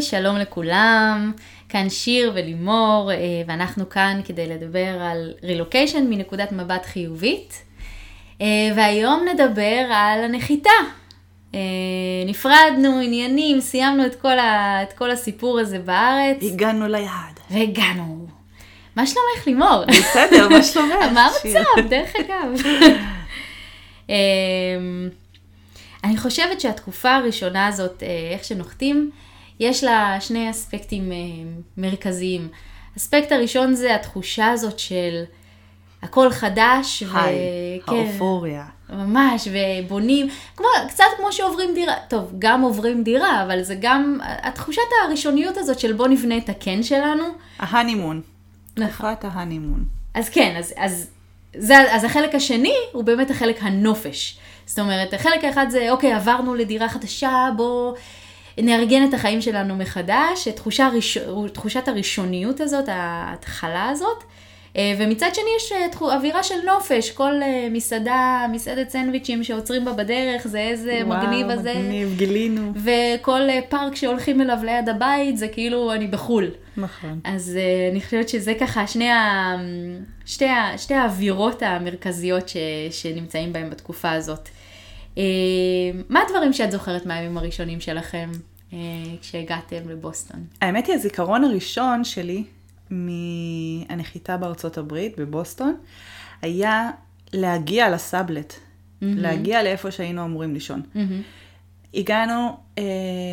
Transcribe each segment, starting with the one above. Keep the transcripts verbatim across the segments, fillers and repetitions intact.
היי, שלום לכולם, כאן שיר ולימור, ואנחנו כאן כדי לדבר על רילוקיישן מנקודת מבט חיובית, והיום נדבר על הנחיתה. נפרדנו, עניינים, סיימנו את כל, ה... את כל הסיפור הזה בארץ. הגענו ליעד. והגענו. מה שלומך לימור? בסדר, מה שלומך? מה המצב, דרך אגב. אני חושבת שהתקופה הראשונה הזאת, איך שנוחתים, יש לה שני אספקטים מרכזיים. האספקט הראשון זה התחושה הזאת של הכל חדש. היי, האופוריה. ממש, ובונים, כמו, קצת כמו שעוברים דירה, טוב, גם עוברים דירה, אבל זה גם התחושת הראשוניות הזאת של בוא נבנה את הקן שלנו. ההנימון. תקופת ההנימון. אז כן, אז, אז, זה, אז החלק השני הוא באמת החלק הנופש. זאת אומרת, החלק האחד זה, אוקיי, עברנו לדירה חדשה, בוא נארגן את החיים שלנו מחדש, תחושה, תחושת הראשוניות הזאת, ההתחלה הזאת, ומצד שני יש אווירה של נופש, כל מסעדה, מסעדת סנדוויצ'ים שעוצרים בה בדרך, זה איזה וואו, מגניב הזה. וואו, מגניב, גילינו. וכל פארק שהולכים אליו ליד הבית, זה כאילו אני בחול. נכון. אז אני חושבת שזה ככה שני ה... שתי, ה... שתי האווירות המרכזיות ש... שנמצאים בהם בתקופה הזאת. מה הדברים שאת זוכרת מהימים הראשונים שלכם כשהגעתם לבוסטון? האמת היא, הזיכרון הראשון שלי מהנחיתה בארצות הברית, בבוסטון, היה להגיע לסאבלט, mm-hmm. להגיע לאיפה שהיינו אמורים לישון. Mm-hmm. הגענו, אה,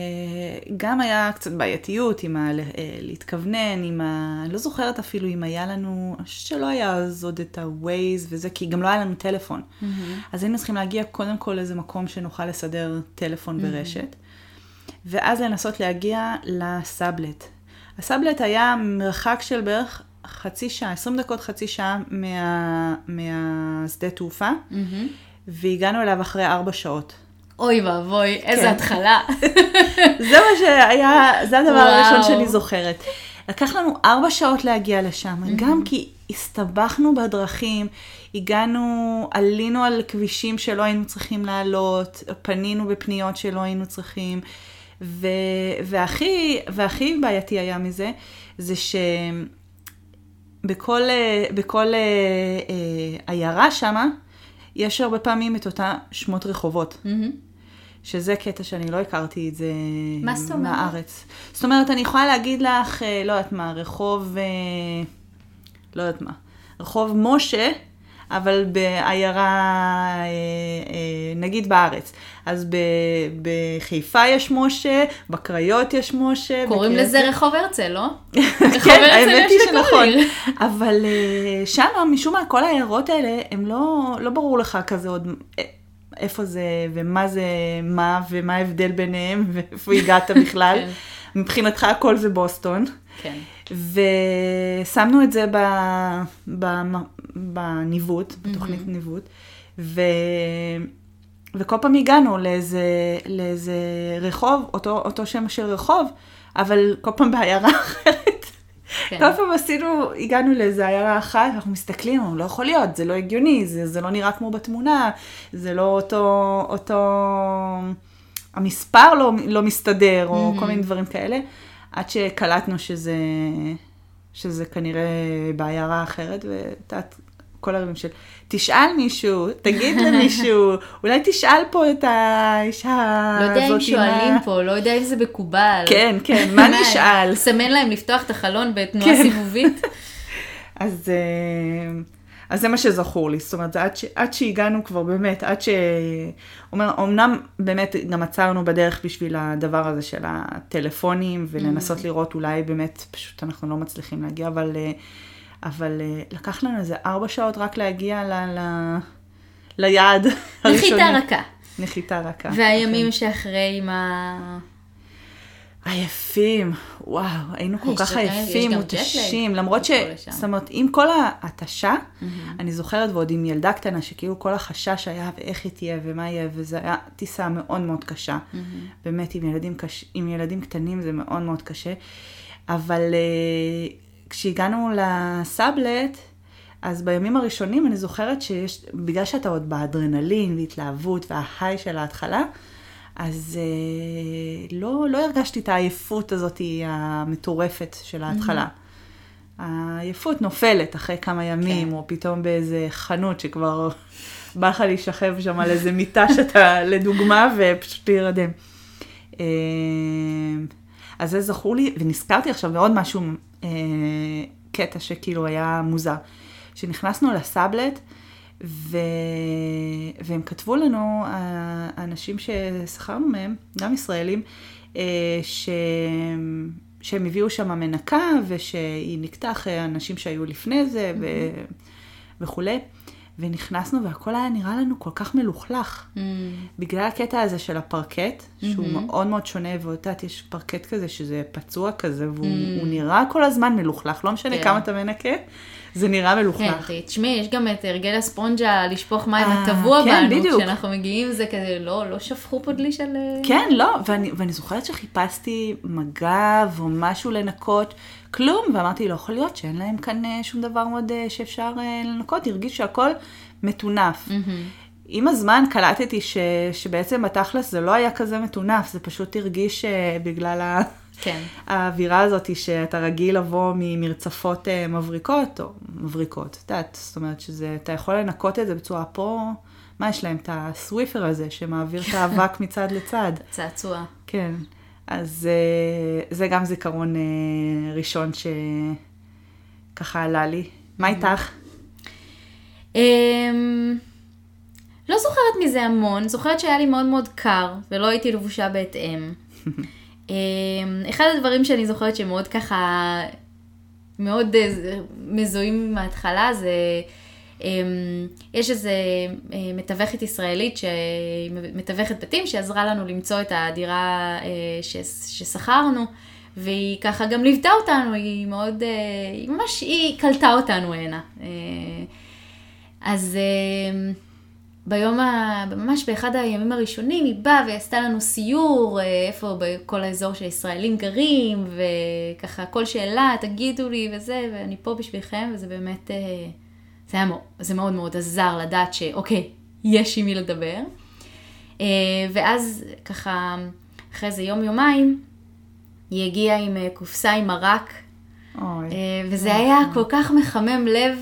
גם היה קצת בעייתיות עם ה, אה, להתכוונן, עם ה, אני לא זוכרת אפילו אם היה לנו, אני חושבת שלא היה אז עוד את ה-Waze וזה, כי גם לא היה לנו טלפון. Mm-hmm. אז היינו צריכים להגיע קודם כל לאיזה מקום שנוכל לסדר טלפון ברשת, mm-hmm. ואז לנסות להגיע לסאבלט. הסאבלט היה מרחק של בערך חצי שעה, עשרים דקות חצי שעה מה, מהשדה תעופה, mm-hmm. והגענו אליו אחרי ארבע שעות. אוי ואבוי, איזה כן. התחלה. זה מה שהיה, זה הדבר וואו. הראשון שאני זוכרת. לקח לנו ארבע שעות להגיע לשם, mm-hmm. גם כי הסתבכנו בדרכים, הגענו, עלינו על כבישים שלא היינו צריכים לעלות, פנינו בפניות שלא היינו צריכים, ו, והכי, והכי בעייתי היה מזה, זה שבכל בכל, אה, עיירה שמה, יש הרבה פעמים את אותה שמות רחובות. Mm-hmm. שזה קטע שאני לא הכרתי את זה מהארץ. זאת אומרת, אני יכולה להגיד לך, לא יודעת מה, רחוב, לא יודעת מה, רחוב משה, אבל בעיירה, נגיד בארץ. אז בחיפה יש משה, בקריות יש משה. קוראים לזה רחוב הרצל, לא? כן, האמת היא שנכון. אבל שם, משום מה, כל העיירות האלה, הם לא ברור לך כזה עוד איפה זה, ומה זה, מה, ומה ההבדל ביניהם, ואיפה הגעת בכלל. מבחינתך הכל זה בוסטון. כן. ושמנו את זה בניווט, בתוכנית ניווט, ו... וכל פעם הגענו לאיזה, לאיזה רחוב, אותו, אותו שם של רחוב, אבל כל פעם בעיירה אחרת. כן. כל פעם עשינו, הגענו לאיזה עיירה אחת, אנחנו מסתכלים, לא יכול להיות, זה לא הגיוני, זה, זה לא נראה כמו בתמונה, זה לא אותו, אותו, המספר לא, לא מסתדר, או mm-hmm. כל מיני דברים כאלה, עד שקלטנו שזה, שזה כנראה בעיירה אחרת, ותת, כל הרבים של, תשאל מישהו, תגיד למישהו, אולי תשאל פה את האישה הזאת. לא יודע אם שואלים פה, לא יודע אם זה מקובל. כן, כן, מה נשאל? סמן להם לפתוח את החלון בתנועה סיבובית. אז, אז זה מה שזכור לי, זאת אומרת, עד, ש, עד שהגענו כבר באמת, עד ש... אומר, אמנם באמת גם עצרנו בדרך בשביל הדבר הזה של הטלפונים, ולנסות לראות אולי באמת, פשוט אנחנו לא מצליחים להגיע, אבל... אבל לקח לנו איזה ארבע שעות רק להגיע ל, ל, ליעד הראשוני. נחיתה רכה. נחיתה רכה. והימים שאחרי עם ה... עייפים, וואו, היינו כל כך עייפים, מותשים, למרות ש... זאת אומרת, עם כל ההתשה, אני זוכרת ועוד עם ילדה קטנה, שכאילו כל החשש היה ואיך היא תהיה ומה יהיה, וזה היה טיסה מאוד מאוד קשה. באמת, עם ילדים, קש... עם ילדים קטנים זה מאוד מאוד קשה. אבל... כשהגענו לסאבלט, אז בימים הראשונים אני זוכרת שיש, בגלל שאתה עוד באדרנלין והתלהבות וההיי של ההתחלה, אז אה, לא, לא הרגשתי את העייפות הזאת המטורפת של ההתחלה. Mm-hmm. העייפות נופלת אחרי כמה ימים, okay. או פתאום באיזה חנות שכבר בא לך להישכב שם על איזה מיטה שאתה לדוגמה, ופשוט להירדם. אה, אז זה זכור לי, ונזכרתי עכשיו בעוד משהו, אה, קטע שכאילו היה מוזר. שנכנסנו לסאבלט, ו... והם כתבו לנו, האנשים ששכרנו מהם, גם ישראלים, ש... שהם הביאו שם מנקה, ושהיא נקטה אחרי אנשים שהיו לפני זה, ו... וכו'. ונכנסנו, והכל היה נראה לנו כל כך מלוכלך. Mm. בגלל הקטע הזה של הפרקט, שהוא mm-hmm. מאוד מאוד שונה, ואותת, יש פרקט כזה שזה פצוע כזה, והוא mm. נראה כל הזמן מלוכלך, לא משנה yeah. כמה אתה מנקה, זה נראה מלוכלך. כן, תשמעי, יש גם את הרגל הספונג'ה, לשפוך מים הטבוע כן, בנו, בדיוק. כשאנחנו מגיעים, זה כזה, לא, לא שפכו פה דלי של... כן, לא, ואני, ואני זוכרת שחיפשתי מגב או משהו לנקות, כלום, ואמרתי, לא יכול להיות שאין להם כאן שום דבר מאוד שאפשר לנקות, הרגיש שהכל מטונף. Mm-hmm. עם הזמן קלטתי ש, שבעצם בתכלס זה לא היה כזה מטונף, זה פשוט הרגיש בגלל ה... כן. האווירה הזאת שאתה רגיל לבוא ממרצפות מבריקות, או מבריקות, את יודעת, זאת אומרת שאתה יכול לנקות את זה בצורה פה, מה יש להם? את הסוויפר הזה שמעביר את האבק מצד לצד. צעצוע. כן, אז זה גם זיכרון ראשון שככה עלה לי. מה איתך? לא זוכרת מזה המון, זוכרת שהיה לי מאוד מאוד קר, ולא הייתי לבושה בהתאם. אחד הדברים שאני זוכרת שמאוד ככה, מאוד מזוהים מההתחלה, זה, יש איזו מתווכת ישראלית, שמתווכת בתים, שעזרה לנו למצוא את הדירה ששכרנו, והיא ככה גם ליוותה אותנו, היא מאוד, היא ממש, היא קלטה אותנו הנה. אז... ביום, ה... ממש באחד הימים הראשונים, היא באה ועשתה לנו סיור, איפה בכל האזור שהישראלים גרים, וככה כל שאלה, תגידו לי וזה, ואני פה בשבילכם, וזה באמת, זה היה מאוד, זה מאוד מאוד עזר לדעת שאוקיי, יש עם מי לדבר. ואז ככה, אחרי זה יום יומיים, היא הגיעה עם קופסה עם מרק, אוי, וזה אוי. היה כל כך מחמם לב,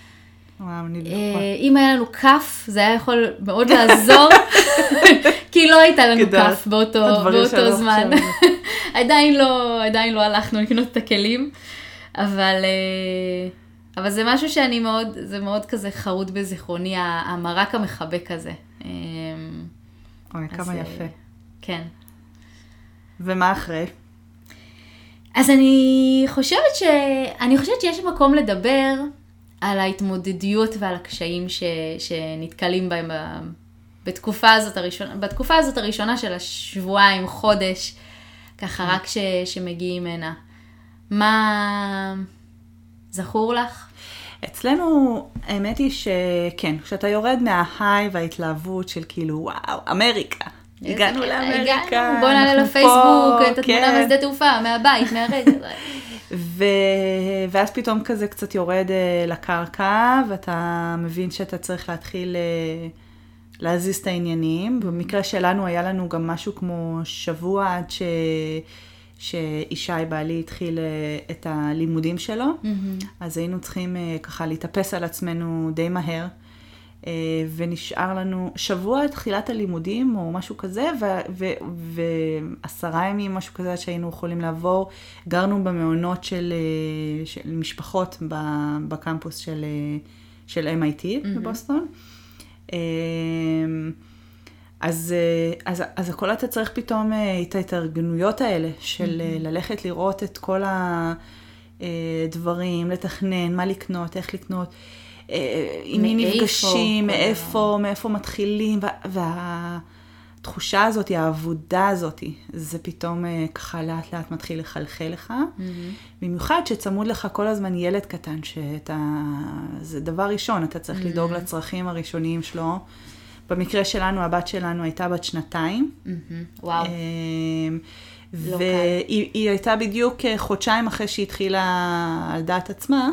אם היה לנו כף, זה היה יכול מאוד לעזור, כי לא הייתה לנו כף באותו זמן. עדיין לא הלכנו לקנות את הכלים, אבל זה משהו שאני מאוד, זה מאוד כזה חרוט בזיכרוני, המרק המחבק הזה. אוי, כמה יפה. כן. ומה אחרי? אז אני חושבת ש... אני חושבת שיש מקום לדבר על ההתמודדויות ועל הקשיים ש... שנתקלים בהם בתקופה הזאת הראשונה, בתקופה הזאת הראשונה של השבועיים, חודש, ככה רק ש... שמגיעים הנה. מה זכור לך? אצלנו, האמת היא שכן, כשאתה יורד מההיי וההתלהבות של כאילו, וואו, אמריקה. הגענו לאמריקה. בוא נעלה לפייסבוק, את התמונה משדה תעופה, מהבית, מהרגע. ו... ואז פתאום כזה קצת יורד לקרקע, ואתה מבין שאתה צריך להתחיל להזיז את העניינים. במקרה שלנו היה לנו גם משהו כמו שבוע עד ש... שישי בעלי התחיל את הלימודים שלו, mm-hmm. אז היינו צריכים ככה להתאפס על עצמנו די מהר, ונשאר לנו שבוע את תחילת הלימודים או משהו כזה, ו- ו- ועשרה ימים משהו כזה שהיינו יכולים לעבור. גרנו במעונות של, של משפחות בקמפוס של, של אם איי טי mm-hmm. בבוסטון. אז, אז, אז הכל אתה צריך פתאום את ההתארגנויות האלה של mm-hmm. ללכת לראות את כל הדברים, לתכנן, מה לקנות, איך לקנות, עם מי נפגשים, מאיפה, מאיפה מתחילים, והתחושה הזאת, העבודה הזאת, זה פתאום ככה לאט לאט מתחיל לחלחל לך, mm-hmm. במיוחד שצמוד לך כל הזמן ילד קטן, שאתה, זה דבר ראשון, אתה צריך mm-hmm. לדאוג לצרכים הראשוניים שלו. במקרה שלנו, הבת שלנו הייתה בת שנתיים. וואו. והיא הייתה בדיוק חודשיים אחרי שהיא התחילה על דעת עצמה,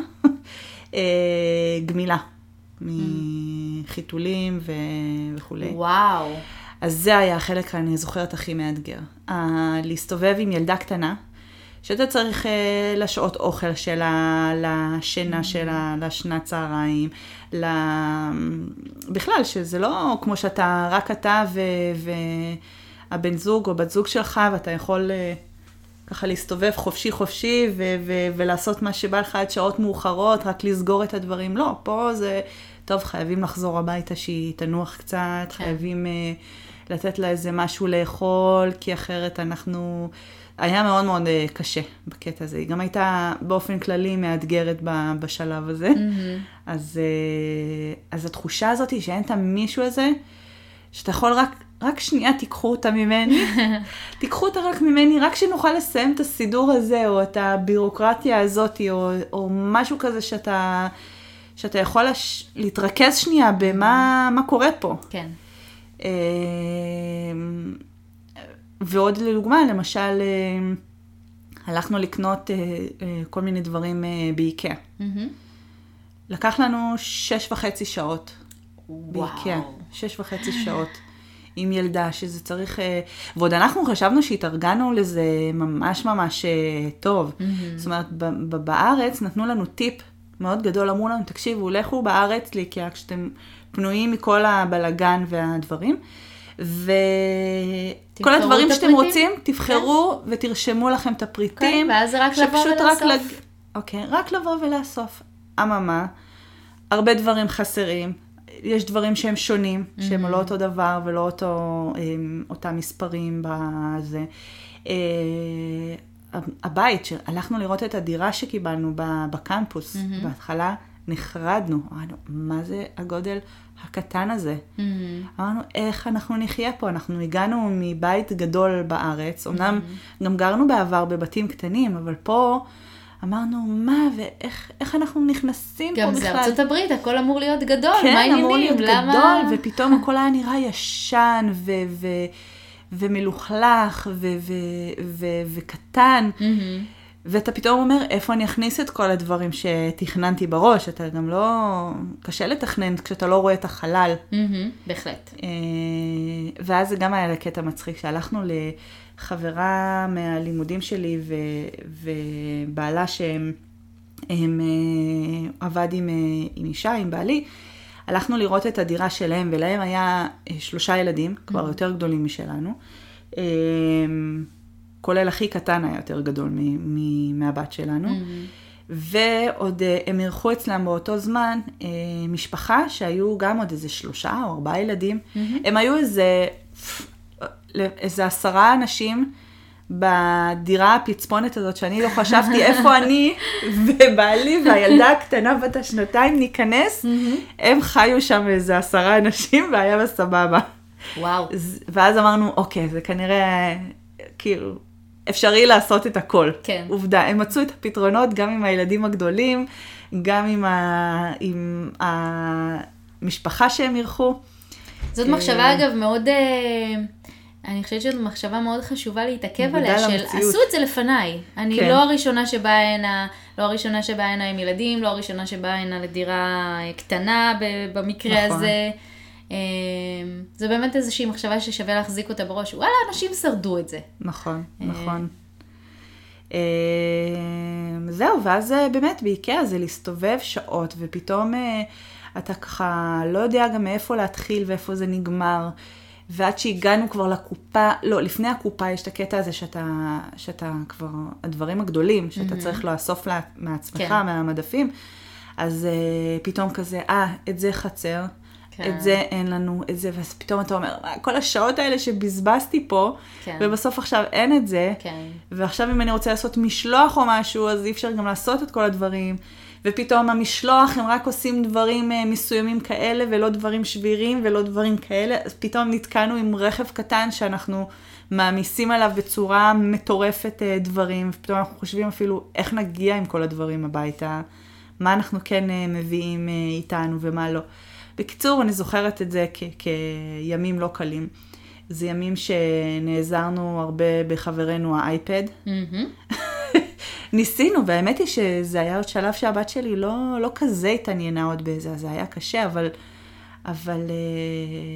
גמילה, מחיתולים וכו'. וואו. אז זה היה החלק, אני זוכרת, הכי מאתגר. ה- להסתובב עם ילדה קטנה, שאתה צריך אה, לשעות אוכל שלה, לשינה שלה, לשנת צהריים, ל... בכלל, שזה לא כמו שאתה, רק אתה ו... והבן זוג או בת זוג שלך, ואתה יכול אה, ככה להסתובב חופשי חופשי ו... ו... ולעשות מה שבא לך עד שעות מאוחרות, רק לסגור את הדברים. לא, פה זה, טוב, חייבים לחזור הביתה שהיא תנוח קצת, חייבים אה, לתת לה איזה משהו לאכול, כי אחרת אנחנו... היה מאוד מאוד קשה בקטע הזה. היא גם הייתה באופן כללי מאתגרת בשלב הזה. Mm-hmm. אז, אז התחושה הזאת היא שאין את המישהו הזה, שאתה יכול רק, רק שנייה תיקחו אותה ממני, תיקחו אותה רק ממני, רק שנוכל לסיים את הסידור הזה, או את הבירוקרטיה הזאת, או, או משהו כזה שאתה, שאתה יכול לש, להתרכז שנייה במה מה קורה פה. כן. ועוד לדוגמה, למשל, הלכנו לקנות כל מיני דברים באיקאה. Mm-hmm. לקח לנו שש וחצי שעות באיקאה. שש וחצי שעות עם ילדה, שזה צריך... ועוד אנחנו חשבנו שהתארגנו לזה ממש ממש טוב. Mm-hmm. זאת אומרת, בארץ נתנו לנו טיפ מאוד גדול, אמרו לנו, תקשיבו, לכו בארץ לאיקאה, כשאתם פנויים מכל הבלגן והדברים. וכל הדברים שאתם רוצים, תבחרו ותרשמו לכם את הפריטים. ואז רק לבוא ולאסוף. אוקיי, רק לבוא ולאסוף. אממה, הרבה דברים חסרים, יש דברים שהם שונים, שהם לא אותו דבר ולא אותם מספרים בזה. הבית, שהלכנו לראות את הדירה שקיבלנו בקמפוס, בהתחלה נחרדנו, אמרנו, מה זה הגודל הקטן הזה? Mm-hmm. אמרנו, איך אנחנו נחיה פה? אנחנו הגענו מבית גדול בארץ, אמנם mm-hmm. גם גרנו בעבר בבתים קטנים, אבל פה אמרנו, מה ואיך איך אנחנו נכנסים פה בכלל? גם זה ארצות הברית, הכל אמור להיות גדול, כן, מה העניינים? אמור להיות למה? גדול, ופתאום הכל היה נראה ישן ו... ו... ומלוכלך ו- ו- ו- וקטן, mm-hmm. ואתה פתאום אומר, איפה אני אכניס את כל הדברים שתכננתי בראש? אתה גם לא... קשה לתכנן כשאתה לא רואה את החלל. Mm-hmm, בהחלט. ואז זה גם היה לקטע מצחיק, שהלכנו לחברה מהלימודים שלי, ו- ובעלה שהם הם, עבד עם, עם אישה, עם בעלי, הלכנו לראות את הדירה שלהם, ולהם היה שלושה ילדים, כבר יותר גדולים משלנו. כולל הכי קטן היה יותר גדול מהבת שלנו. ועוד הם ערכו אצלם באותו זמן משפחה שהיו גם עוד איזה שלושה או ארבעה ילדים. הם היו איזה, איזה עשרה אנשים בדירה הפצפונת הזאת, שאני לא חשבתי איפה אני ובעלי והילדה הקטנה בת השנתיים ניכנס, הם חיו שם איזה עשרה אנשים והיה בסבבה. וואו. ואז אמרנו, אוקיי, זה כנראה, כאילו, אפשרי לעשות את הכל. כן. עובדה, הם מצאו את הפתרונות גם עם הילדים הגדולים, גם עם, ה... עם המשפחה שהם ערכו. זאת מחשבה אגב מאוד... אני חושבת שזו מחשבה מאוד חשובה להתעכב עליה, של עשו את זה לפניי. אני כן. לא הראשונה שבאה הנה, לא הראשונה שבאה הנה עם ילדים, לא הראשונה שבאה הנה לדירה קטנה במקרה נכון. הזה. זה באמת איזושהי מחשבה ששווה להחזיק אותה בראש. וואלה, אנשים שרדו את זה. נכון, נכון. זהו, ואז באמת באיקאה זה להסתובב שעות, ופתאום אתה ככה לא יודע גם מאיפה להתחיל ואיפה זה נגמר. ועד שהגענו כבר לקופה, לא, לפני הקופה יש את הקטע הזה שאתה, שאתה כבר, הדברים הגדולים, שאתה mm-hmm. צריך לאסוף לה, מעצמך, כן. מהמדפים, אז uh, פתאום כזה, אה, את זה חצר, כן. את זה אין לנו, את זה, ואז פתאום אתה אומר, כל השעות האלה שבזבזתי פה, כן. ובסוף עכשיו אין את זה, כן. ועכשיו אם אני רוצה לעשות משלוח או משהו, אז אי אפשר גם לעשות את כל הדברים, ופתאום המשלוח, הם רק עושים דברים מסוימים כאלה, ולא דברים שבירים, ולא דברים כאלה. אז פתאום נתקענו עם רכב קטן, שאנחנו מעמיסים עליו בצורה מטורפת דברים, ופתאום אנחנו חושבים אפילו איך נגיע עם כל הדברים הביתה, מה אנחנו כן מביאים איתנו ומה לא. בקיצור, אני זוכרת את זה כ- כימים לא קלים. זה ימים שנעזרנו הרבה בחברנו האייפד. Mm-hmm. ניסינו, והאמת היא שזה היה עוד שלב שהבת שלי לא, לא כזה התעניינה עוד בזה, זה היה קשה, אבל, אבל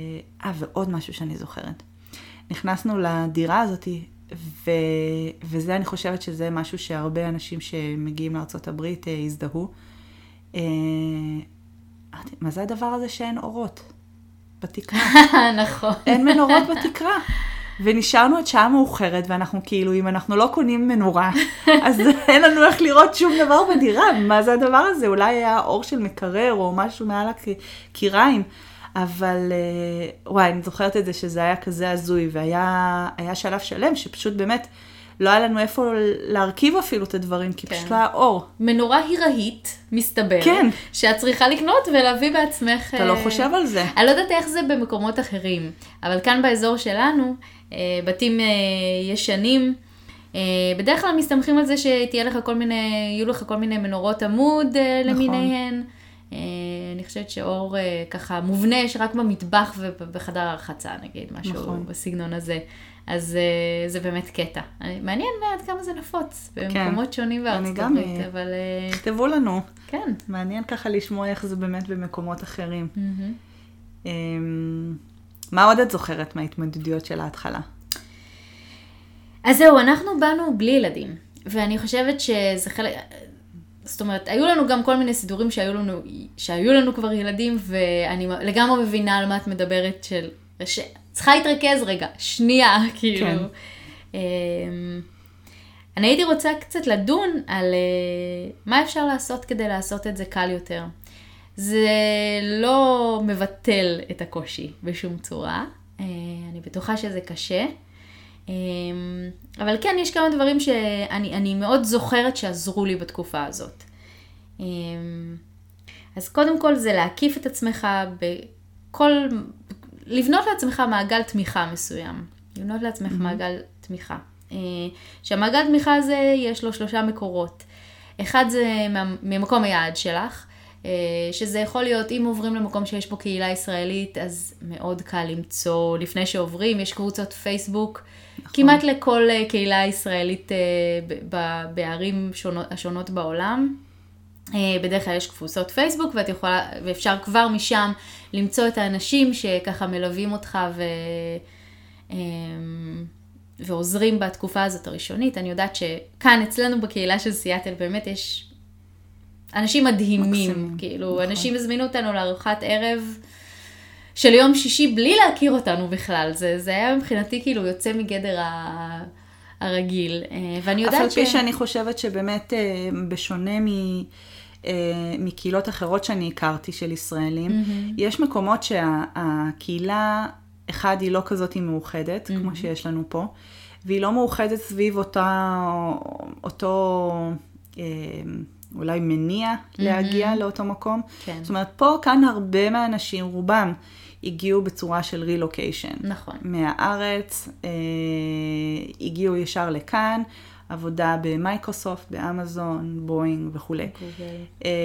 אה, ועוד משהו שאני זוכרת. נכנסנו לדירה הזאת, ו... וזה אני חושבת שזה משהו שהרבה אנשים שמגיעים לארצות הברית אה, הזדהו. אה, מה זה הדבר הזה שאין אורות בתקרה? נכון. אין מנורות בתקרה. ונשארנו עד שעה מאוחרת, ואנחנו כאילו, אם אנחנו לא קונים מנורה, אז אין לנו איך לראות שום דבר בדירה. מה זה הדבר הזה? אולי היה אור של מקרר או משהו מעל הקיריים. אבל וואי, אני זוכרת את זה שזה היה כזה הזוי, והיה היה שלב שלם שפשוט באמת לא היה לנו איפה להרכיב אפילו את הדברים, כי כן. פשוט לא היה אור. מנורה היראית, מסתבר, כן. שאת צריכה לקנות ולהביא בעצמך. אתה לא חושב על זה. אני לא יודעת איך זה במקומות אחרים, אבל כאן באזור שלנו, בתים ישנים, בדרך כלל מסתמכים על זה שתהיה לך כל מיני, יהיו לך כל מיני מנורות עמוד נכון. למיניהן. אני חושבת שאור ככה מובנה שרק במטבח ובחדר הרחצה, נגיד, משהו נכון. בסגנון הזה. אז זה באמת קטע. מעניין מעט כמה זה נפוץ, במקומות כן. שונים בארצות הברית, אבל... תכתבו לנו. כן. מעניין ככה לשמוע איך זה באמת במקומות אחרים. Mm-hmm. מה עוד את זוכרת מההתמודדויות של ההתחלה? אז זהו, אנחנו באנו בלי ילדים, ואני חושבת שזה חלק... זאת אומרת, היו לנו גם כל מיני סידורים שהיו לנו, שהיו לנו כבר ילדים, ואני לגמרי מבינה על מה את מדברת של... ש... צריכה להתרכז רגע, שנייה, כאילו. כן. אני הייתי רוצה קצת לדון על מה אפשר לעשות כדי לעשות את זה קל יותר. זה לא מבטל את הקושי בשום צורה. אני בטוחה שזה קשה. אבל כן, יש כמה דברים שאני אני מאוד זוכרת שעזרו לי בתקופה הזאת. אז קודם כל זה להקיף את עצמך בכל... לבנות לעצמך מעגל תמיכה מסוים. לבנות לעצמך mm-hmm. מעגל תמיכה. שהמעגל תמיכה הזה יש לו שלושה מקורות. אחד זה ממקום היעד שלך, שזה יכול להיות, אם עוברים למקום שיש בו קהילה ישראלית, אז מאוד קל למצוא, לפני שעוברים, יש קבוצות פייסבוק, נכון. כמעט לכל קהילה ישראלית בערים שונות, השונות בעולם. בדרך כלל יש קבוצות פייסבוק, ואת יכולה, ואפשר כבר משם למצוא את האנשים שככה מלווים אותך ו... ועוזרים בתקופה הזאת הראשונית. אני יודעת שכאן אצלנו בקהילה של סיאטל באמת יש אנשים מדהימים, מקסימים. כאילו נכון. אנשים הזמינו אותנו לארוחת ערב של יום שישי בלי להכיר אותנו בכלל. זה, זה היה מבחינתי כאילו יוצא מגדר ה... הרגיל. ואני יודעת אף על פי ש... שאני חושבת שבאמת בשונה מ... מקהילות אחרות שאני הכרתי של ישראלים, mm-hmm. יש מקומות שהקהילה, אחד היא לא כזאת היא מאוחדת, mm-hmm. כמו שיש לנו פה, והיא לא מאוחדת סביב אותה, אותו אולי מניע mm-hmm. להגיע לאותו מקום. כן. זאת אומרת, פה כאן הרבה מהאנשים, רובם, הגיעו בצורה של רילוקיישן. נכון. מהארץ, אה, הגיעו ישר לכאן, עבודה במייקרוסופט, באמזון, בואינג וכו'. Okay. אה,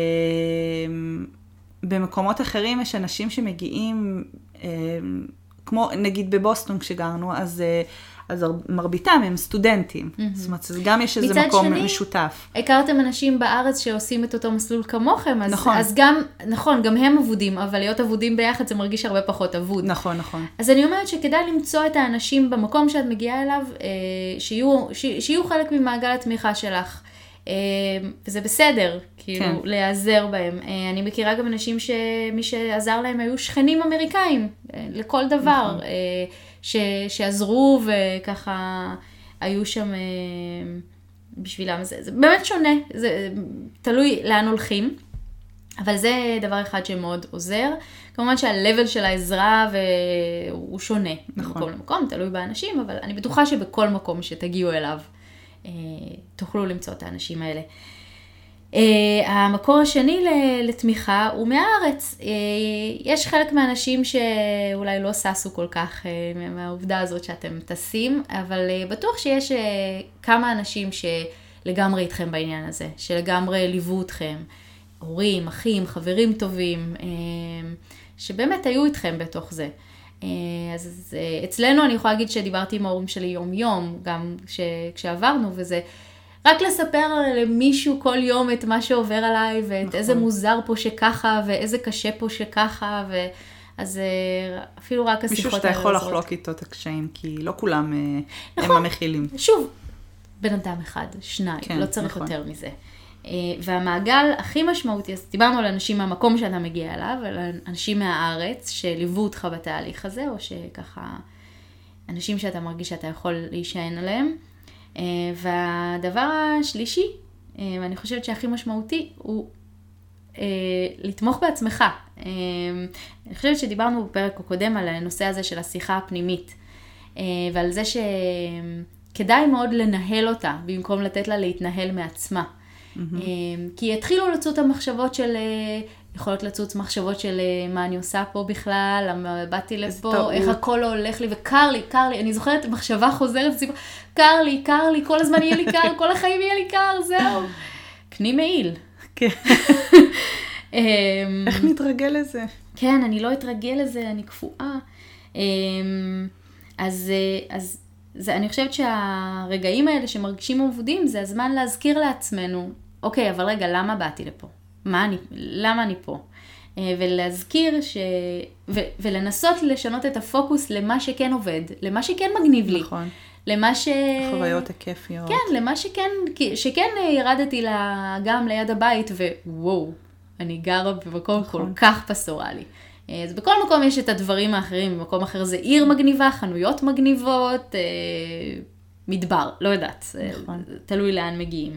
במקומות אחרים יש אנשים שמגיעים, אה, כמו נגיד בבוסטון כשגרנו, אז... אה, אז מרביתם הם סטודנטים. Mm-hmm. זאת אומרת, גם יש איזה מקום שני, משותף. הכרתם אנשים בארץ שעושים את אותו מסלול כמוכם, אז, נכון. אז גם, נכון, גם הם עבודים, אבל להיות עבודים ביחד זה מרגיש הרבה פחות עבוד. נכון, נכון. אז אני אומרת שכדאי למצוא את האנשים במקום שאת מגיעה אליו, שיהיו, שיהיו חלק ממעגל התמיכה שלך. וזה בסדר, כאילו, כן. להיעזר בהם. אני מכירה גם אנשים שמי שעזר להם היו שכנים אמריקאים, לכל דבר. נכון. ש, שעזרו וככה היו שם בשבילם. זה, זה באמת שונה, זה תלוי לאן הולכים, אבל זה דבר אחד שמאוד עוזר. כמובן שהלבל של העזרה הוא שונה, נכון. במקום למקום, תלוי באנשים, אבל אני בטוחה שבכל מקום שתגיעו אליו, תוכלו למצוא את האנשים האלה. Uh, המקור השני לתמיכה הוא מהארץ. Uh, יש חלק מהאנשים שאולי לא ססו כל כך uh, מהעובדה הזאת שאתם טסים, אבל uh, בטוח שיש uh, כמה אנשים שלגמרי איתכם בעניין הזה, שלגמרי ליוו אתכם, הורים, אחים, חברים טובים, uh, שבאמת היו איתכם בתוך זה. Uh, אז uh, אצלנו אני יכולה להגיד שדיברתי עם ההורים שלי יום יום, גם כש, כשעברנו, וזה רק לספר למישהו כל יום את מה שעובר עליי, ואת נכון. איזה מוזר פה שככה, ואיזה קשה פה שככה, אז אפילו רק השיחות... מישהו שאתה יכול לחלוק איתו את הקשיים, כי לא כולם הם המכילים. שוב, בן אדם אחד, שניים, כן, לא צריך נכון. יותר מזה. והמעגל הכי משמעותי, אז דיברנו על אנשים מהמקום שאתה מגיע אליו, על אנשים מהארץ שליוו אותך בתהליך הזה, או שככה, אנשים שאתה מרגיש שאתה יכול להישען עליהם. והדבר השלישי, ואני חושבת שהכי משמעותי, הוא לתמוך בעצמך. אני חושבת שדיברנו בפרק הקודם על הנושא הזה של השיחה הפנימית, ועל זה שכדאי מאוד לנהל אותה, במקום לתת לה להתנהל מעצמה. Mm-hmm. כי התחילו לצוץ המחשבות של, יכולות לצוץ מחשבות של מה אני עושה פה בכלל, למה באתי לפה, איך הכל לא הולך לי, וקר לי, קר לי, אני זוכרת מחשבה חוזרת, קר לי, קר לי, כל הזמן יהיה לי קר, כל החיים יהיה לי קר, זהו. קני מעיל. כן. איך נתרגל לזה? כן, אני לא אתרגל לזה, אני קפואה. אז, אז זה, אני חושבת שהרגעים האלה שמרגישים עובדים, זה הזמן להזכיר לעצמנו, אוקיי, אבל רגע, למה באתי לפה? מה אני, למה אני פה? ולהזכיר ש... ו, ולנסות לשנות את הפוקוס למה שכן עובד, למה שכן מגניב לי. נכון. למה ש... חוויות הכיפיות. כן, למה שכן, שכן ירדתי לה, גם ליד הבית, ווואו, אני גרה במקום נכון. כל כך פסטורלי. אז בכל מקום יש את הדברים האחרים, במקום אחר זה עיר מגניבה, חנויות מגניבות, מדבר, לא יודעת, נכון. תלוי לאן מגיעים.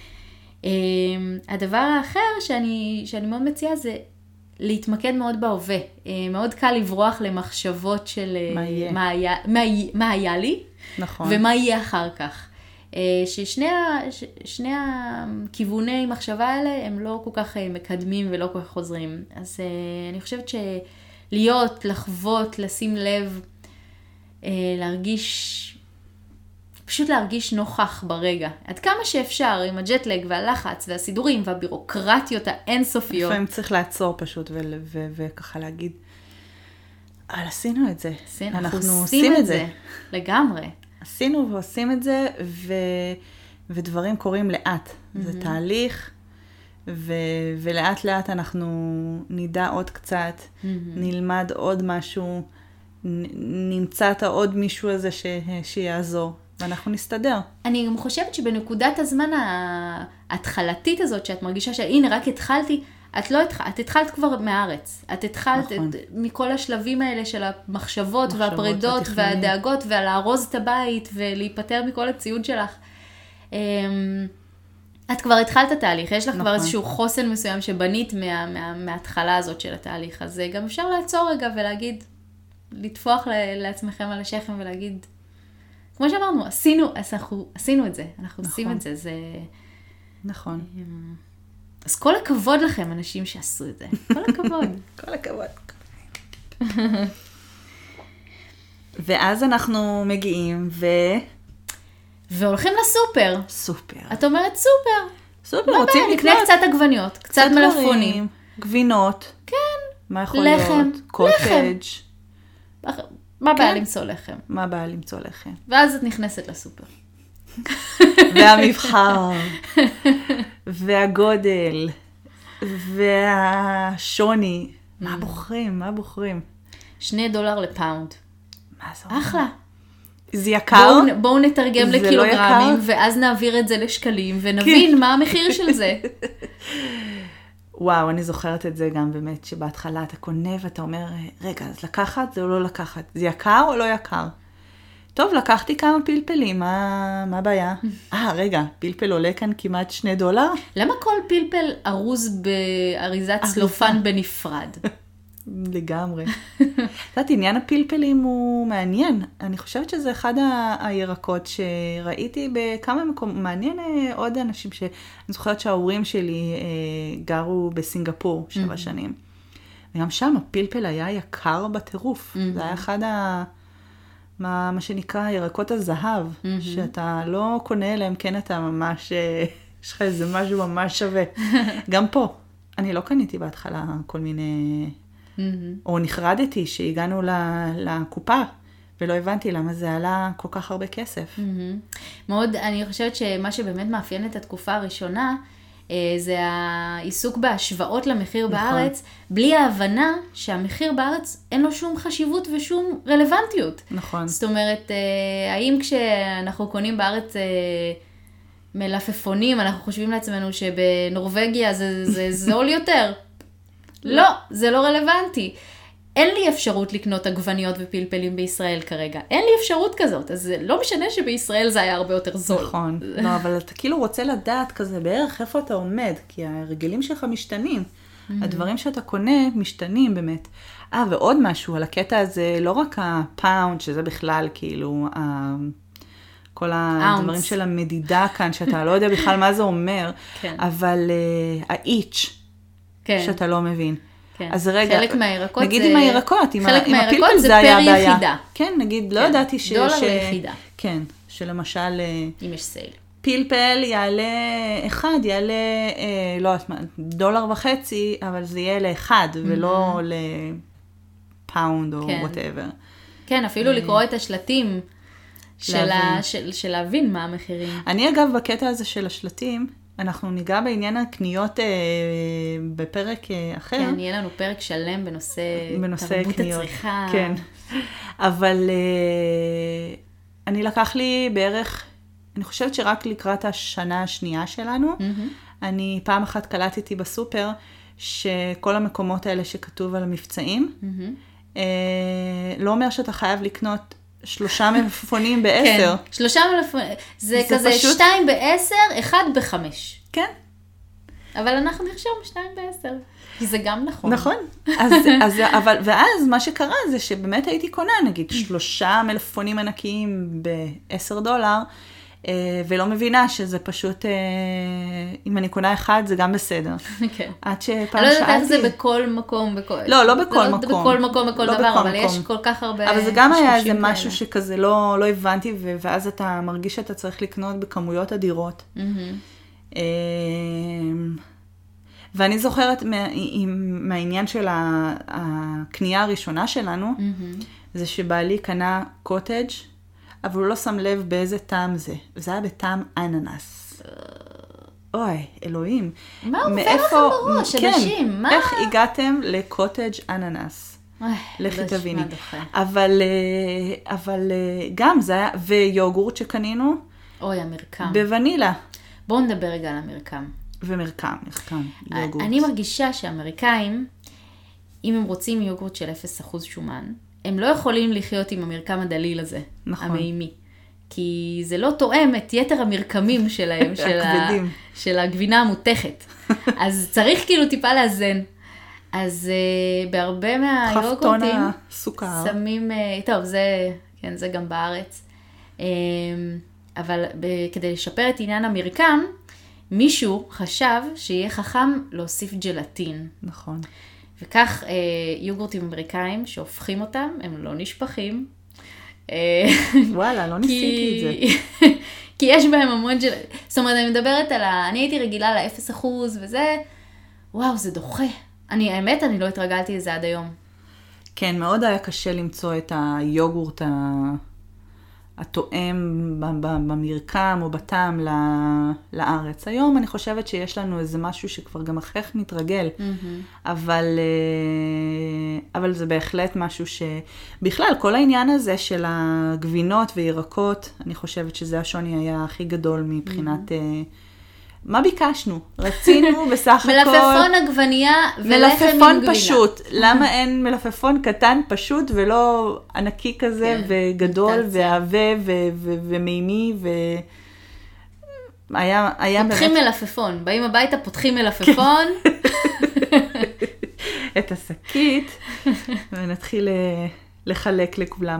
הדבר האחר שאני, שאני מאוד מציעה זה להתמקד מאוד בהווה. מאוד קל לברוח למחשבות של מה, יהיה? מה, היה, מה, מה היה לי, נכון. ומה יהיה אחר כך. ששני שני הכיווני מחשבה האלה הם לא כל כך מקדמים ולא כל כך חוזרים. אז אני חושבת שלהיות, לחוות, לשים לב, להרגיש, פשוט להרגיש נוכח ברגע. עד כמה שאפשר עם הג'טלג והלחץ והסידורים והבירוקרטיות האינסופיות. לפעמים צריך לעצור פשוט וככה להגיד, אבל עשינו את זה. אנחנו עושים את זה. לגמרי. עשינו ועושים את זה, ו... ודברים קורים לאט. Mm-hmm. זה תהליך, ו... ולאט לאט אנחנו נדע עוד קצת, mm-hmm. נלמד עוד משהו, נ... נמצא את העוד מישהו הזה ש... שיעזור, ואנחנו נסתדר. אני גם חושבת שבנקודת הזמן ההתחלתית הזאת, שאת מרגישה שהנה רק התחלתי, את לא התחלת, את התחלת כבר מהארץ. את התחלת נכון. את, מכל השלבים האלה של המחשבות מחשבות, והפרידות התכנונים. והדאגות, ולארוז את הבית ולהיפטר מכל הציוד שלך. את כבר התחלת את התהליך, יש לך נכון. כבר איזשהו חוסן מסוים שבנית מה, מה, מההתחלה הזאת של התהליך. אז גם אפשר לעצור רגע ולהגיד, לטפוח לעצמכם על השכם ולהגיד, כמו שאמרנו, עשינו, אנחנו, עשינו את זה, אנחנו נכון. עושים את זה. זה... נכון. אז כל הכבוד לכם, אנשים שעשו את זה. כל הכבוד. כל הכבוד. ואז אנחנו מגיעים ו... והולכים לסופר. סופר. את אומרת סופר. סופר, רוצים לקנות. נקנה קצת עגבניות, קצת מלפפונים. גבינות. כן. מה יכול לחם. להיות? קוטג'. מה בעיה למצוא לחם? מה בעיה למצוא לחם? ואז את נכנסת לסופר. והמבחר, והגודל, והשוני. מה בוחרים? מה בוחרים? שני דולר לפאונד. מה זה? אחלה. זה יקר? בואו, בואו נתרגם לקילוגרמים, ואז נעביר את זה לשקלים, ונבין מה המחיר של זה. וואו, אני זוכרת את זה גם באמת, שבהתחלה אתה קונה ואתה אומר, רגע, אז לקחת זה או לא לקחת? זה יקר או לא יקר? טוב, לקחתי כמה פלפלים, מה, מה הבעיה? אה, רגע, פלפל עולה כאן כמעט שני דולר? למה כל פלפל ארוז באריזת צלופן בנפרד? לגמרי. זאת, עניין הפלפלים הוא מעניין. אני חושבת שזה אחד הירקות שראיתי בכמה מקומות. מעניין עוד אנשים ש... אני זוכרת שההורים שלי גרו בסינגפור שבע שנים. וגם שם הפלפל היה יקר בטירוף. זה היה אחד ה... מה, מה שנקרא ירקות הזהב, mm-hmm. שאתה לא קונה אליהם, כן אתה ממש, יש לך איזה משהו ממש שווה. גם פה, אני לא קניתי בהתחלה כל מיני, mm-hmm. או נחרדתי שהגענו לקופה, ולא הבנתי למה זה עלה כל כך הרבה כסף. Mm-hmm. מאוד, אני חושבת שמה שבאמת מאפיין את התקופה הראשונה, זה העיסוק בהשוואות למחיר נכון. בארץ, בלי ההבנה שהמחיר בארץ אין לו שום חשיבות ושום רלוונטיות. נכון. זאת אומרת, האם כשאנחנו קונים בארץ מלפפונים, אנחנו חושבים לעצמנו שבנורווגיה זה, זה זול יותר? לא, זה לא רלוונטי. אין לי אפשרות לקנות עגבניות ופלפלים בישראל כרגע. אין לי אפשרות כזאת. אז לא משנה שבישראל זה היה הרבה יותר זול. נכון. לא, אבל אתה כאילו רוצה לדעת כזה בערך איפה אתה עומד, כי הרגלים שלך משתנים. הדברים שאתה קונה משתנים באמת. אה, ועוד משהו על הקטע הזה, לא רק הפאונד, שזה בכלל כאילו, כל הדברים של המדידה כאן, שאתה לא יודע בכלל מה זה אומר, אבל האיץ' שאתה לא מבין. כן. אז רגע, חלק מהירקות נגיד זה... עם הירקות, עם, חלק עם מהירקות הפלפל זה זה היה פר בעיה. יחידה. כן, נגיד, לא כן. ידעתי ש... דולר ש... ליחידה. כן, שלמשל... אם יש סייל. פלפל יעלה אחד, יעלה, אה, לא יודעת מה, דולר וחצי, אבל זה יהיה לאחד, mm-hmm. ולא לפאונד או כן. whatever. כן, אפילו לקרוא את השלטים של, ה... של, של להבין מה המחירים. אני אגב, בקטע הזה של השלטים, אנחנו ניגע בעניין הקניות אה, בפרק אה, אחר. כן, יהיה לנו פרק שלם בנושא, בנושא תרבות קניות. הצריכה. כן. אבל אה, אני לקח לי בערך, אני חושבת שרק לקראת השנה השנייה שלנו, mm-hmm. אני פעם אחת קלטתי בסופר, שכל המקומות האלה שכתוב על המבצעים, mm-hmm. אה, לא אומר שאתה חייב לקנות שלושה מלפפונים בעשר. כן, שלושה מלפפונים. זה, זה כזה פשוט... שתיים בעשר, אחד בחמש. כן. אבל אנחנו נרשום שתיים בעשר. כי זה גם נכון. נכון. אז, אז, אבל, ואז מה שקרה זה שבאמת הייתי קונה, נגיד, שלושה מלפפונים ענקיים ב-עשרה דולר, ולא מבינה שזה פשוט, אם אני קונה אחד, זה גם בסדר. כן. עד שפעם שאלתי... אני לא יודעת איך זה בכל מקום, בכל... לא, לא בכל מקום. בכל מקום, בכל דבר, אבל יש כל כך הרבה... אבל זה גם היה איזה משהו שכזה לא, לא הבנתי, ואז אתה מרגיש שאתה צריך לקנות בכמויות אדירות. ואני זוכרת מהעניין של הקנייה הראשונה שלנו, זה שבעלי קנה קוטג', אבל הוא לא שם לב באיזה טעם זה. זה היה בטעם אננס. אוי, אלוהים. מה עובר לך בראש, אנשים? מה? איך הגעתם לקוטג' אננס? לכי תביני. אבל, אבל גם זה היה, ויוגורט שקנינו. אוי, המרקם. בוונילה. בואו נדבר רגע על המרקם. ומרקם, מרקם, יוגורט. אני מרגישה שהאמריקאים, אם הם רוצים יוגורט של אפס אחוז שומן, הם לא יכולים לחיות עם המרקם הדליל הזה, נכון. המאימי. כי זה לא תואם את יתר המרקמים שלהם, של, ה... של הגבינה המותכת. אז צריך כאילו טיפה לאזן. אז uh, בהרבה מהיוגורטים, הסוכר. שמים, uh, טוב, זה, כן, זה גם בארץ. Um, אבל ב- כדי לשפר את עניין המרקם, מישהו חשב שיהיה חכם להוסיף ג'לטין. נכון. וכך אה, יוגורטים אמריקאים שהופכים אותם, הם לא נשפכים. וואלה, לא ניסיתי את זה. כי יש בהם המון ג'ל... זאת אומרת, אני מדברת על ה... אני הייתי רגילה ל-אפס אחוז וזה, וואו, זה דוחה. אני, האמת, אני לא התרגלתי לזה עד היום. כן, מאוד היה קשה למצוא את היוגורט ה... התואם במרקם או בטעם לארץ. היום אני חושבת שיש לנו איזה משהו שכבר גם אחר כך מתרגל, אבל, אבל זה בהחלט משהו שבכלל, כל העניין הזה של הגבינות וירקות, אני חושבת שזה השוני היה הכי גדול מבחינת... מה ביקשנו? רצינו בסך הכל... מלפפון עגבנייה ולחם עם גבינה. מלפפון פשוט. למה אין מלפפון קטן פשוט ולא ענקי כזה וגדול ועבה ומימי ו... היה באמת... פותחים מלפפון. באים הביתה, פותחים מלפפון. את השקית ונתחיל לחלק לכולם.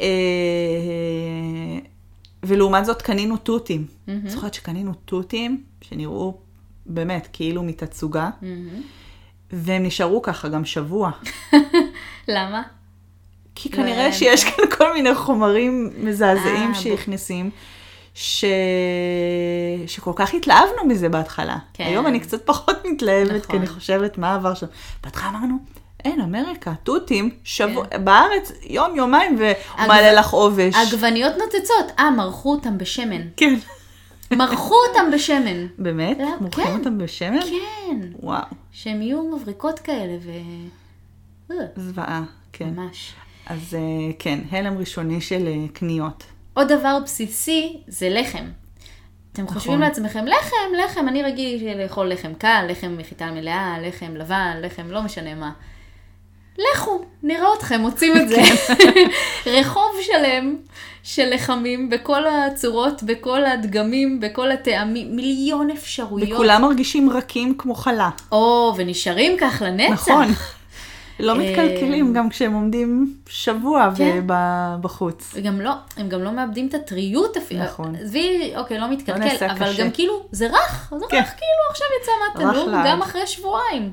ולעומת זאת קנינו טוטים. Mm-hmm. זוכרת שקנינו טוטים, שנראו באמת כאילו מתצוגה, mm-hmm. והם נשארו ככה גם שבוע. למה? כי כנראה שיש כאן כל מיני חומרים מזעזעים שהכנסים, ש... שכל כך התלהבנו מזה בהתחלה. כן. היום אני קצת פחות מתלהבת, נכון. כי אני חושבת מה עבר שם. בהתחלה אמרנו, אין, אמריקה, טוטים, שבוע, כן. בארץ, יום, יומיים, ומעלה לך עובש. עגבניות נוצצות, אה, מרחו אותם בשמן. כן. מרחו אותם בשמן. באמת? מורחים כן. אותם בשמן? כן. וואו. שהם יהיו מבריקות כאלה ו... זוועה, כן. ממש. אז כן, הלם ראשוני של קניות. עוד דבר בסיסי זה לחם. אתם נכון. חושבים לעצמכם, לחם, לחם, אני רגיל לאכול לחם קל, לחם מחיטה מלאה, לחם לבן, לחם לא משנה מה. לכו, נראה אתכם, מוצאים את זה. רחוב שלם של לחמים בכל הצורות, בכל הדגמים, בכל הטעמים, מיליון אפשרויות. וכולם מרגישים רכים כמו חלה. או, ונשארים כך לנצח. נכון. לא מתקלקלים גם כשהם עומדים שבוע בחוץ. וגם לא, הם גם לא מאבדים את הטריות אפילו. נכון. זבי, אוקיי, לא מתקלקל, אבל גם כאילו, זה רך, זה רך, כאילו עכשיו יצא מהתנור, גם אחרי שבועיים.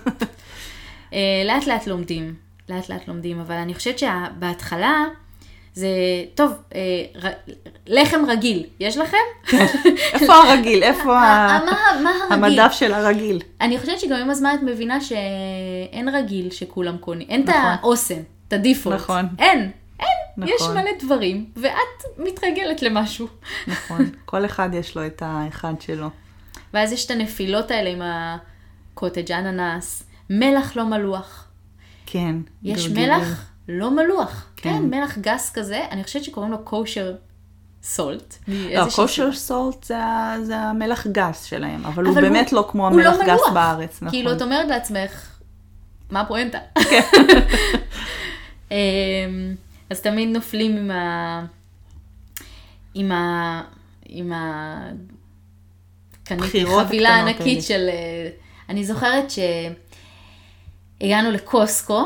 לאט לאט לומדים, לאט לאט לומדים, אבל אני חושבת שבהתחלה, זה, טוב, לחם רגיל, יש לכם? איפה הרגיל? איפה המדף של הרגיל? אני חושבת שגם עם הזמן את מבינה שאין רגיל שכולם קונים, אין את האוסם, את הדיפולט. נכון. אין, אין, יש מלא דברים, ואת מתרגלת למשהו. נכון, כל אחד יש לו את האחד שלו. ואז יש את הנפילות האלה עם הקוטג' אננס, מלח לא מלוח. כן. יש מלח לא מלוח. כן. כן, מלח גס כזה. אני חושבת שקוראים לו קושר סולט. לא, קושר סולט זה, זה המלח גס שלהם, אבל, אבל הוא באמת הוא, לא כמו המלח לא גס מלוח. בארץ. נכון. כאילו, את אומרת לעצמך, מה הפואנטה? כן. אז תמיד נופלים עם ה... עם ה... עם ה... קניתי חבילה ענקית של... אני זוכרת שהגענו לקוסקו,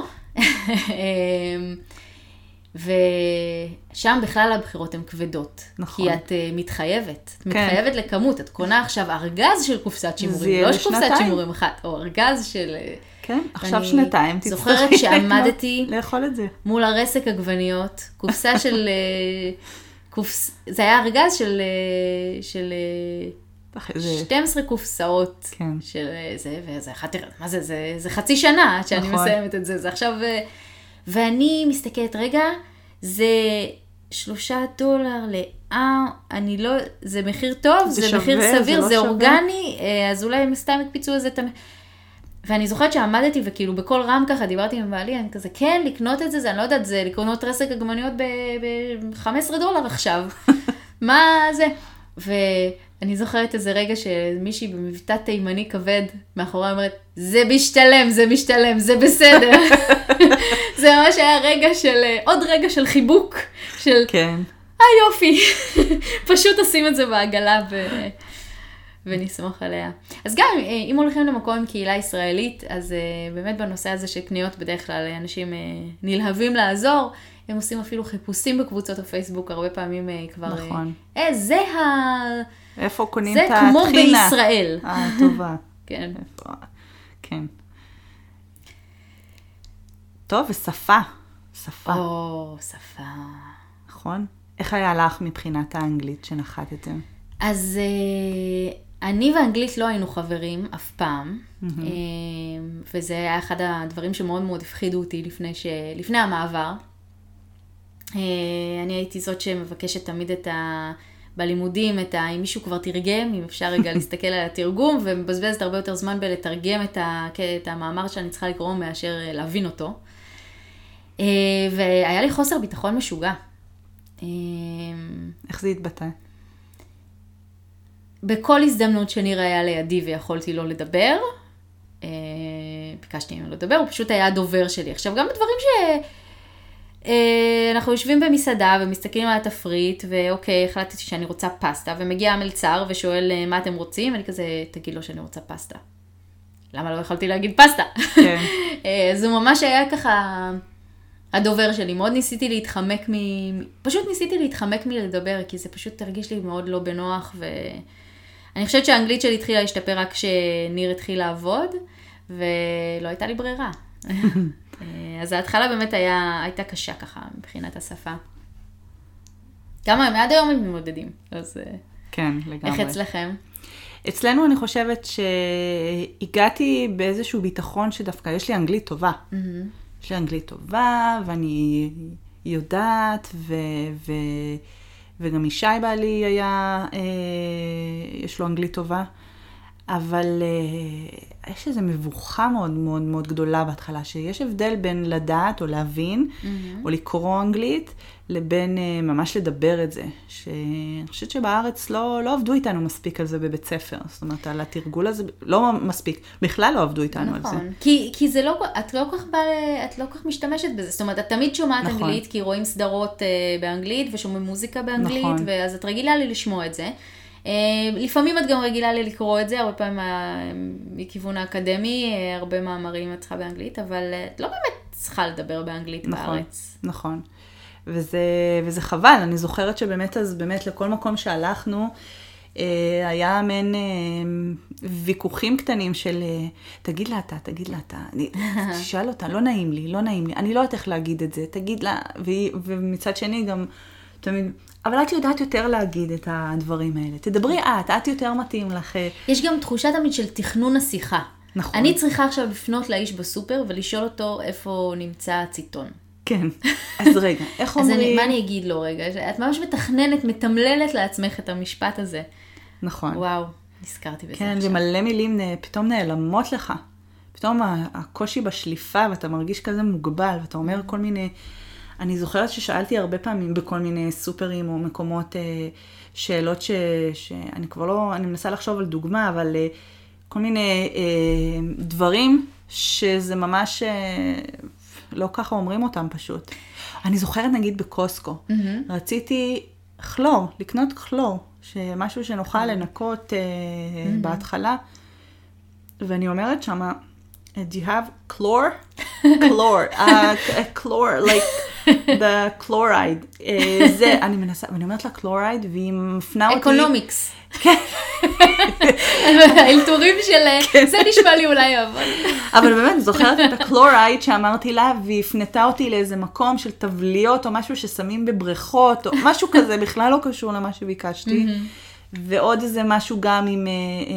ושם בכלל הבחירות הן כבדות. נכון. כי את מתחייבת. את מתחייבת לכמות. את קונה עכשיו ארגז של קופסת שימורים. לא קופסת שימורים אחת, או ארגז של... כן, עכשיו שנתיים תצטרכי זוכרת שעמדתי לאכול את זה. מול הרסק עגבניות, קופסה של... זה היה ארגז של... של שתים עשרה קופסאות כן. של זה, וזה חתיר, מה זה, זה, זה חצי שנה עד שאני נכון. מסיימת את זה, זה עכשיו, ואני מסתכלת, רגע, זה שלושה דולר לאה, אני לא, זה מחיר טוב, זה, זה מחיר שווה, סביר, זה, זה לא אורגני, אז אולי הם סתם הקפיצו איזה, ואני זוכרת שעמדתי וכאילו בכל רם ככה דיברתי עם בעלי, אני כזה, כן, לקנות את זה, זה אני לא יודעת, זה לקנות רסק עגבניות ב-חמישה עשר דולר עכשיו, מה זה? ואני זוכרת איזה רגע שמישהי במבטא תימני כבד מאחורי אומרת, זה משתלם, זה משתלם, זה בסדר. זה ממש היה רגע של, עוד רגע של חיבוק, של, כן. אה יופי, פשוט עושים את זה בעגלה ו... ונסמוך עליה. אז גם אם הולכים למקום עם קהילה ישראלית, אז באמת בנושא הזה של קניות בדרך כלל אנשים נלהבים לעזור, הם עושים אפילו חיפושים בקבוצות הפייסבוק, הרבה פעמים כבר... נכון. אה, זה ה... איפה קונים את התחינה? זה כמו בישראל. אה, טובה. כן. איפה... כן. טוב, ושפה. שפה. או, שפה. נכון? איך היה לך מבחינת האנגלית שנחתתם? אז אני ואנגלית לא היינו חברים אף פעם, וזה היה אחד הדברים שמאוד מאוד הפחידו אותי לפני, ש... לפני המעבר. אני הייתי זאת שמבקשת תמיד את ה... בלימודים, את ה... אם מישהו כבר תרגם, אם אפשר רגע להסתכל על התרגום, ומבזבזת הרבה יותר זמן בלתרגם את, ה... את המאמר שאני צריכה לקרוא מאשר להבין אותו. והיה לי חוסר ביטחון משוגע. איך זה התבטא? בכל הזדמנות שנראה היה לידי ויכולתי לא לדבר, ביקשתי ממנו לדבר, הוא פשוט היה הדובר שלי. עכשיו, גם בדברים ש... אנחנו יושבים במסעדה ומסתכלים על התפריט, ואוקיי, החלטתי שאני רוצה פסטה, ומגיע המלצר ושואל מה אתם רוצים, אני כזה, תגיד לו שאני רוצה פסטה. למה לא יכולתי להגיד פסטה? כן. אז הוא ממש היה ככה הדובר שלי. מאוד ניסיתי להתחמק מ... פשוט ניסיתי להתחמק מלדבר, כי זה פשוט תרגיש לי מאוד לא בנוח, ואני חושבת שהאנגלית שלי התחילה להשתפר רק כשניר התחיל לעבוד, ולא הייתה לי ברירה. אז ההתחלה באמת היה, הייתה קשה ככה מבחינת השפה. כמה, מעד היום הם מתמודדים. אז כן, לגמרי. איך אצלכם? אצלנו אני חושבת שהגעתי באיזשהו ביטחון שדווקא יש לי אנגלית טובה. Mm-hmm. יש לי אנגלית טובה, ואני יודעת, ו... ו... וגם ישי בעלי היה, אה, יש לו אנגלית טובה, אבל אה, יש איזו מבוכה מאוד מאוד מאוד גדולה בהתחלה, שיש הבדל בין לדעת או להבין, mm-hmm. או לקרוא אנגלית, לבין אה, ממש לדבר את זה. שאני חושבת שבארץ לא, לא עבדו איתנו מספיק על זה בבית ספר. זאת אומרת, על התרגול הזה לא מספיק. בכלל לא עבדו איתנו נכון. על זה. כי, כי זה לא, את לא כל כך בא, את לא כל כך משתמשת בזה. זאת אומרת, את תמיד שומעת נכון. אנגלית, כי רואים סדרות אה, באנגלית, ושומעים מוזיקה באנגלית, נכון. ואז את רגילה לי לשמוע את זה. לפעמים את גם רגילה לי לקרוא את זה, הרבה פעמים מכיוון האקדמי, הרבה מאמרים את צריכה באנגלית, אבל את לא באמת צריכה לדבר באנגלית נכון, בארץ. נכון, וזה, וזה חבל, אני זוכרת שבאמת אז באמת לכל מקום שהלכנו, היה מעין ויכוחים קטנים של, תגיד לה אתה, תגיד לה אתה, אני, תשאל אותה, לא נעים לי, לא נעים לי, אני לא יודעת איך להגיד את זה, תגיד לה, ומצד שני גם תמיד, אבל את יודעת יותר להגיד את הדברים האלה. תדברי את, את יותר מתאים לך. יש גם תחושה תמיד של תכנון השיחה. נכון. אני צריכה עכשיו לפנות לאיש בסופר ולשאול אותו איפה נמצא הציטון. כן. אז רגע, איך אומרים? אז אני, מה אני אגיד לו רגע? את ממש מתכננת, מתמללת לעצמך את המשפט הזה. נכון. וואו, נזכרתי בזה כן, עכשיו. ומלא מילים פתאום נעלמות לך. פתאום הקושי בשליפה, ואתה מרגיש כזה מוגבל, ואתה אומר כל מיני... אני זוכרת ששאלתי הרבה פעמים בכל מיני סופרים או מקומות אה, שאלות ש, שאני כבר לא, אני מנסה לחשוב על דוגמה, אבל אה, כל מיני אה, דברים שזה ממש אה, לא ככה אומרים אותם פשוט. אני זוכרת נגיד בקוסקו, mm-hmm. רציתי כלור, לקנות כלור, משהו שנוכל mm-hmm. לנקות אה, mm-hmm. בהתחלה, ואני אומרת שמה, do you have chlor? chlor, uh, chlor, like... the chloride, זה, אני מנסה, ואני אומרת לה chloride, והיא מפנה אותי... אקונומיקס. כן. האלתורים של... זה נשמע לי אולי אבל. אבל באמת, זוכרת את הקלורייד שאמרתי לה, והיא הפנתה אותי לאיזה מקום של טבליות, או משהו ששמים בבריכות, או משהו כזה, בכלל לא קשור למה שביקשתי. ועוד איזה משהו גם עם...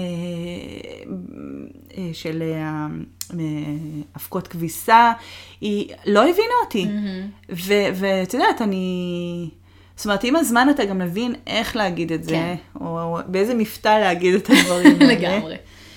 של... הפקות כביסה, היא לא הבינה אותי. ואת יודעת, אני... זאת אומרת, עם הזמן אתה גם מבין איך להגיד את זה, או באיזה מבטא להגיד את הדברים האלה. לגמרי.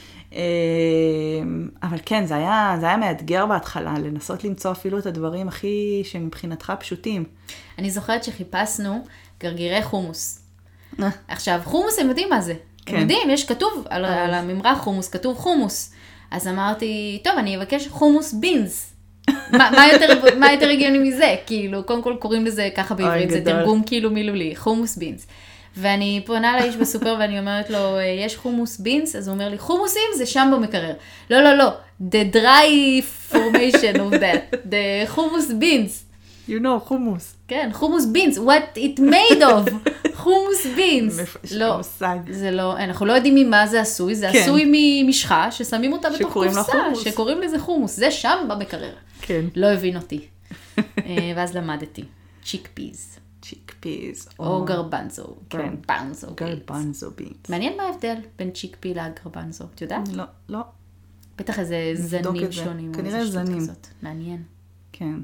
אבל כן, זה היה, זה היה מאתגר בהתחלה, לנסות למצוא אפילו את הדברים הכי שמבחינתך פשוטים. אני זוכרת שחיפשנו גרגירי חומוס. עכשיו, חומוס, הם יודעים מה זה. הם יודעים, יש כתוב על הממרח חומוס, כתוב חומוס. אז אמרתי, טוב, אני אבקש חומוס בינס. מה, מה יותר, מה יותר הגיוני מזה? כאילו, קודם כל קוראים לזה ככה בעברית, זה תרגום כאילו מילולי, חומוס בינס. ואני פונה לאיש בסופר ואני אומרת לו, יש חומוס בינס? אז הוא אומר לי, חומוסים זה שם במקרר. לא, לא, לא, the dry formation of that, the חומוס בינס. You know, חומוס. כן, חומוס בינס, what it made of, חומוס בינס. לא, זה לא, אנחנו לא יודעים ממה זה עשוי, זה עשוי ממשחה ששמים אותה בתוך קופסה, שקוראים לזה חומוס, זה שם במקרר. כן. לא הבין אותי. ואז למדתי, צ'יק פיז. צ'יק פיז. או גרבנזו, גרבנזו. גרבנזו בינס. מעניין מה ההבדל בין צ'יק פי לגרבנזו, את יודעת? לא, לא. בטח איזה זנים שונים. כנראה זנים. מעניין. כן.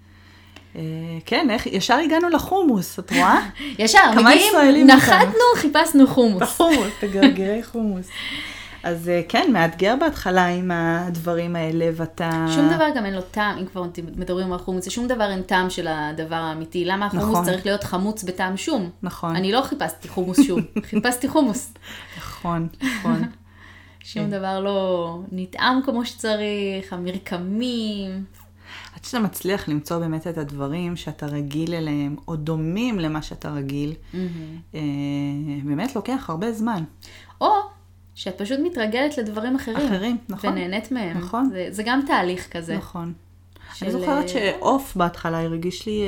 כן, איך, ישר הגענו לחומוס, את רואה? ישר, מגיעים, נחתנו, חיפשנו חומוס. בחומוס, בגרגירי חומוס. אז כן, מאתגר בהתחלה עם הדברים האלה, ואתה... שום דבר גם אין לו טעם, אם כבר מדברים על חומוס, שום דבר אין טעם של הדבר האמיתי. למה החומוס נכון. צריך להיות חמוץ בטעם שום? נכון. אני לא חיפשתי חומוס שום, חיפשתי חומוס. נכון, נכון. שום דבר לא נטעם כמו שצריך, המרקמים... עד שאתה מצליח למצוא באמת את הדברים שאתה רגיל אליהם, או דומים למה שאתה רגיל, mm-hmm. באמת לוקח הרבה זמן. או שאת פשוט מתרגלת לדברים אחרים. אחרים, נכון. ונהנית מהם. נכון. זה, זה גם תהליך כזה. נכון. של... אני זוכרת שאוף בהתחלה הרגיש לי,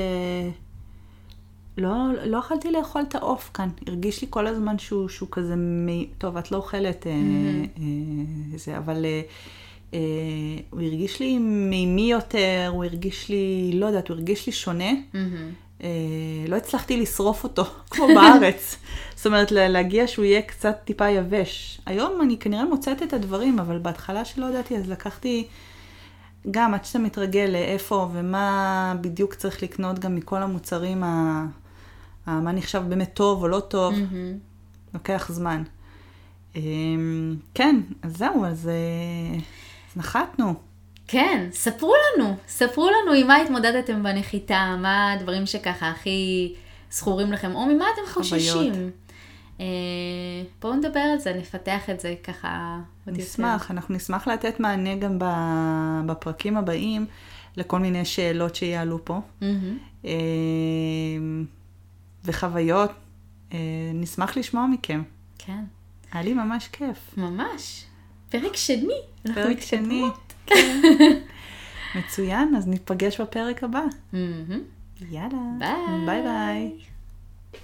לא, לא אכלתי לאכול את האוף כאן. הרגיש לי כל הזמן שהוא, שהוא כזה, מי... טוב, את לא אוכלת mm-hmm. זה, אבל... Uh, הוא הרגיש לי מימי יותר, הוא הרגיש לי, לא יודעת, הוא הרגיש לי שונה. Mm-hmm. Uh, לא הצלחתי לשרוף אותו, כמו בארץ. זאת אומרת, להגיע שהוא יהיה קצת טיפה יבש. היום אני כנראה מוצאת את הדברים, אבל בהתחלה שלא ידעתי, אז לקחתי גם עד שאתה מתרגל לאיפה ומה בדיוק צריך לקנות גם מכל המוצרים מה נחשב באמת טוב או לא טוב, מהמם. לוקח זמן. כן, אז זהו, אז אז נחתנו. כן, ספרו לנו, ספרו לנו עם מה התמודדתם בנחיתה, מה הדברים שככה הכי זכורים לכם, או ממה אתם חוששים. אה, בואו נדבר על זה, נפתח את זה ככה עוד יותר. נשמח, אנחנו נשמח לתת מענה גם ב- בפרקים הבאים, לכל מיני שאלות שיעלו פה, מהמם. אה, וחוויות. אה, נשמח לשמוע מכם. כן, היה לי ממש כיף. ממש. פרק שני. אנחנו פרק שני. מתקדמות. כן. מצוין, אז ניפגש בפרק הבא. מהמם. יאללה. ביי. ביי ביי.